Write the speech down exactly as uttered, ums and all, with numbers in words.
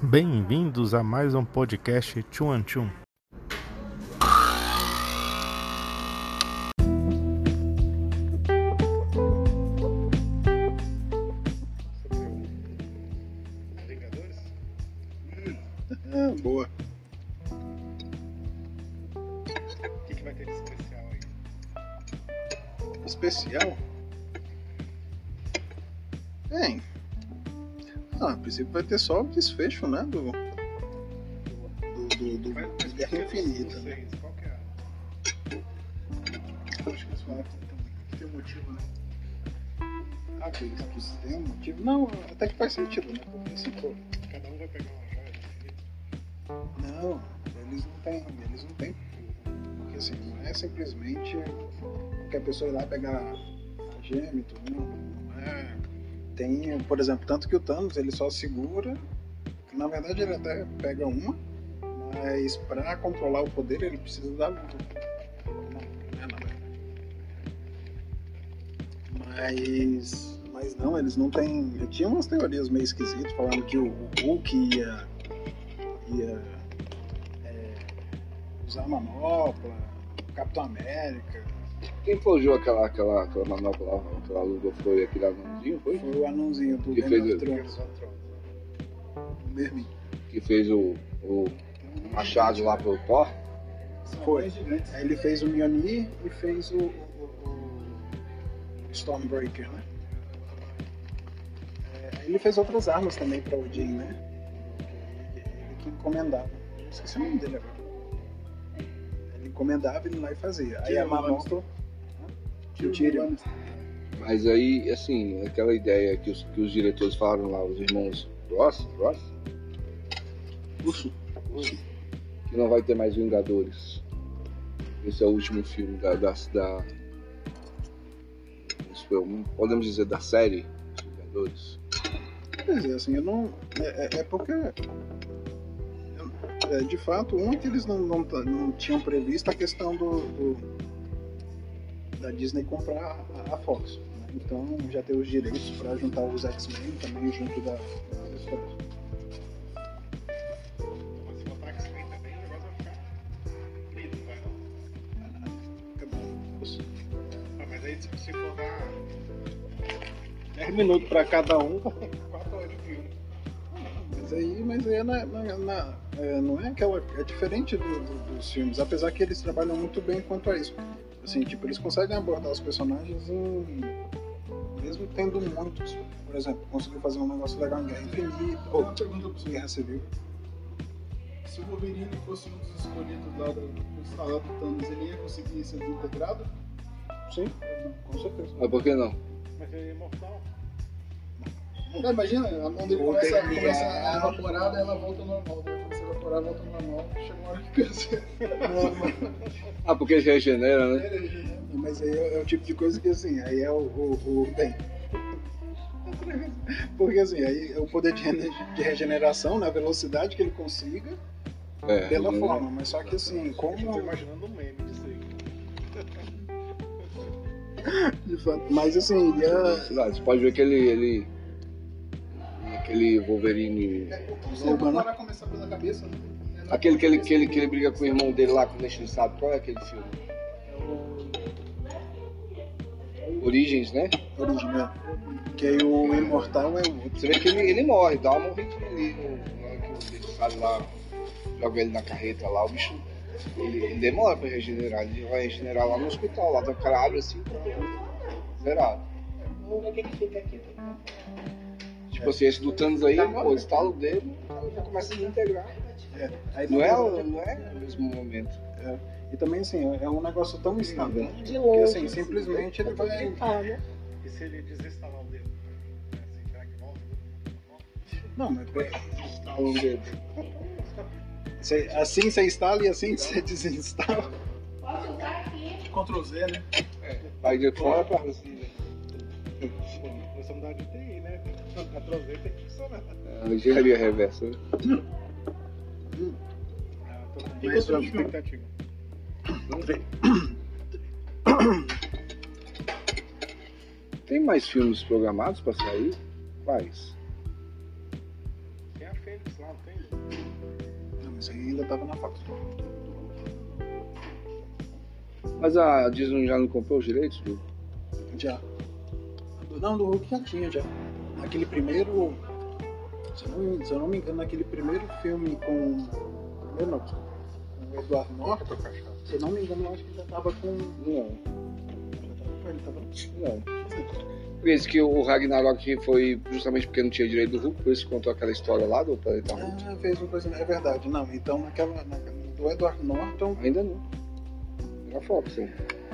Bem-vindos a mais um podcast Tchum and Tchum. Ah, boa. O que, que vai ter de especial aí? Especial? Bem, ah, a princípio vai ter só o desfecho, né? Do. Do. Do. do, Mas, do mas Guerra por que Infinita. vocês? Qual que é? Acho que eles falaram que tem um motivo, né? Ah, que eles que têm um motivo? Não, até que faz sentido, né? Porque se for. Cada um vai pegar uma joia do infinito? Não, eles não têm. Eles não têm. Porque assim, não é simplesmente que a pessoa ir lá pegar a gema e tudo, não, não é. Tem, por exemplo, tanto que o Thanos ele só segura, na verdade ele até pega uma, mas para controlar o poder ele precisa da luta. Não, não é nada. Mas, mas não, eles não têm. Tinha umas teorias meio esquisitas falando que o, o Hulk ia, ia é, usar a manopla, o Capitão América. Quem forjou aquela, aquela, aquela manopla lá, aquela luva, foi aquele anãozinho, foi? Foi o anãozinho do Que Game fez of o- Thrones, o Mermin. Que fez o, o machado lá pro Thor? Foi. Aí ele fez o Mjolnir e fez o, o, o Stormbreaker, né? É, aí ele fez outras armas também pra Odin, né? Ele, ele que encomendava. Esqueci o nome dele agora. Ele encomendava, ele ia lá e fazia. Aí a manopla... O Tyrion. Mas aí, assim, aquela ideia que os, que os diretores falaram lá, os irmãos Ross, Ross? Urso. Russo, que não vai ter mais Vingadores. Esse é o último filme da... da, da isso foi um, podemos dizer, da série dos Vingadores. Quer dizer, assim, eu não... É, é- é porque... é, de fato, um é que eles não, não, não tinham previsto a questão do... do- da Disney comprar a, a Fox. Né? Então já tem os direitos para juntar os X-Men também junto da, das histórias. Mas se botar X-Men também, o negócio vai ficar lindo, vai não? Fica bom. Ah, mas aí se se for dar dez minutos para cada um. quatro horas de filme. Mas aí, mas aí é na, na- na- é, não é aquela. É diferente do- do- dos filmes, apesar que eles trabalham muito bem quanto a isso. Assim, tipo, eles conseguem abordar os personagens em, mesmo tendo muitos. Por exemplo, conseguiu fazer um negócio legal em Guerra Infinita, ou Uma pergunta pra você. Guerra Civil. Se o Wolverine fosse um dos escolhidos lá do, do instalado do Thanos, ele ia conseguir ser desintegrado? Sim, com certeza. Mas por que não? Mas ele é imortal. Não, imagina, a mão dele Ou começa, tem- começa a evaporar, daí ela volta ao normal. Daí começa a evaporar, volta ao normal. Chega uma hora que cansa. Ah, porque ele regenera, né? Mas aí é, é o tipo de coisa que assim, aí é o, o, o- bem. Porque assim, aí é o poder de, rene- de regeneração, né? A velocidade que ele consiga É, pela né? forma, mas só que assim, Eu tô como. imaginando um meme disso aí. De fato, mas assim, ia. Sei lá, você pode ver que ele, ele aquele Wolverine, Se evaporar começa pela cabeça, né? aquele que ele, que ele, que ele briga com o irmão dele lá, quando a gente sabe qual é aquele filme? Origens, né? Original. Que aí o imortal é o outro. Você vê que ele, ele morre, dá uma morridinha ali, no, na hora que ele sai lá, joga ele na carreta lá, o bicho, ele, ele demora pra regenerar, ele vai regenerar lá no hospital, lá do caralho, assim, zerado. Vamos ver o que que fica aqui. Tipo assim, esse do Thanos aí, pô, o estalo dele, ele já começa a desintegrar. É. Aí Não é, também- o- não é no mesmo momento. E também assim, é um negócio tão instantâneo De que longe. assim, simplesmente ele vai. Ah, né? E se ele desinstalar o dedo? Assim, será que volta? Não, mas pera- Estalo no dedo. Você- assim você instala e assim você desinstala. Posso usar aqui? Ctrl Z, né? Vai de fora pra cima. Nós somos da área de T I, né? A trozeira tem que funcionar. É, engenharia reversa, né? Ah, tô com Mas, muita expectativa. Tem mais filmes programados pra sair? Quais? Quem acha Fênix lá, não tem? Não, mas aí ainda tava na Fox. Mas a Disney já não comprou os direitos do... Já. Não, do Hulk já tinha, já. Naquele primeiro... Se eu não, se eu não me engano, naquele primeiro filme com... Primeiro não, com o Edward Norton, se eu não me engano, eu acho que já tava com... Não, Já tava com ele, tava... não. Esse que o Ragnarok foi justamente porque não tinha direito do Hulk, por isso contou aquela história lá do Planeta Hulk. Ah, fez uma coisa... É verdade, não. Então, naquela... Na, do Edward Norton... Ainda não. Era Fox, sim.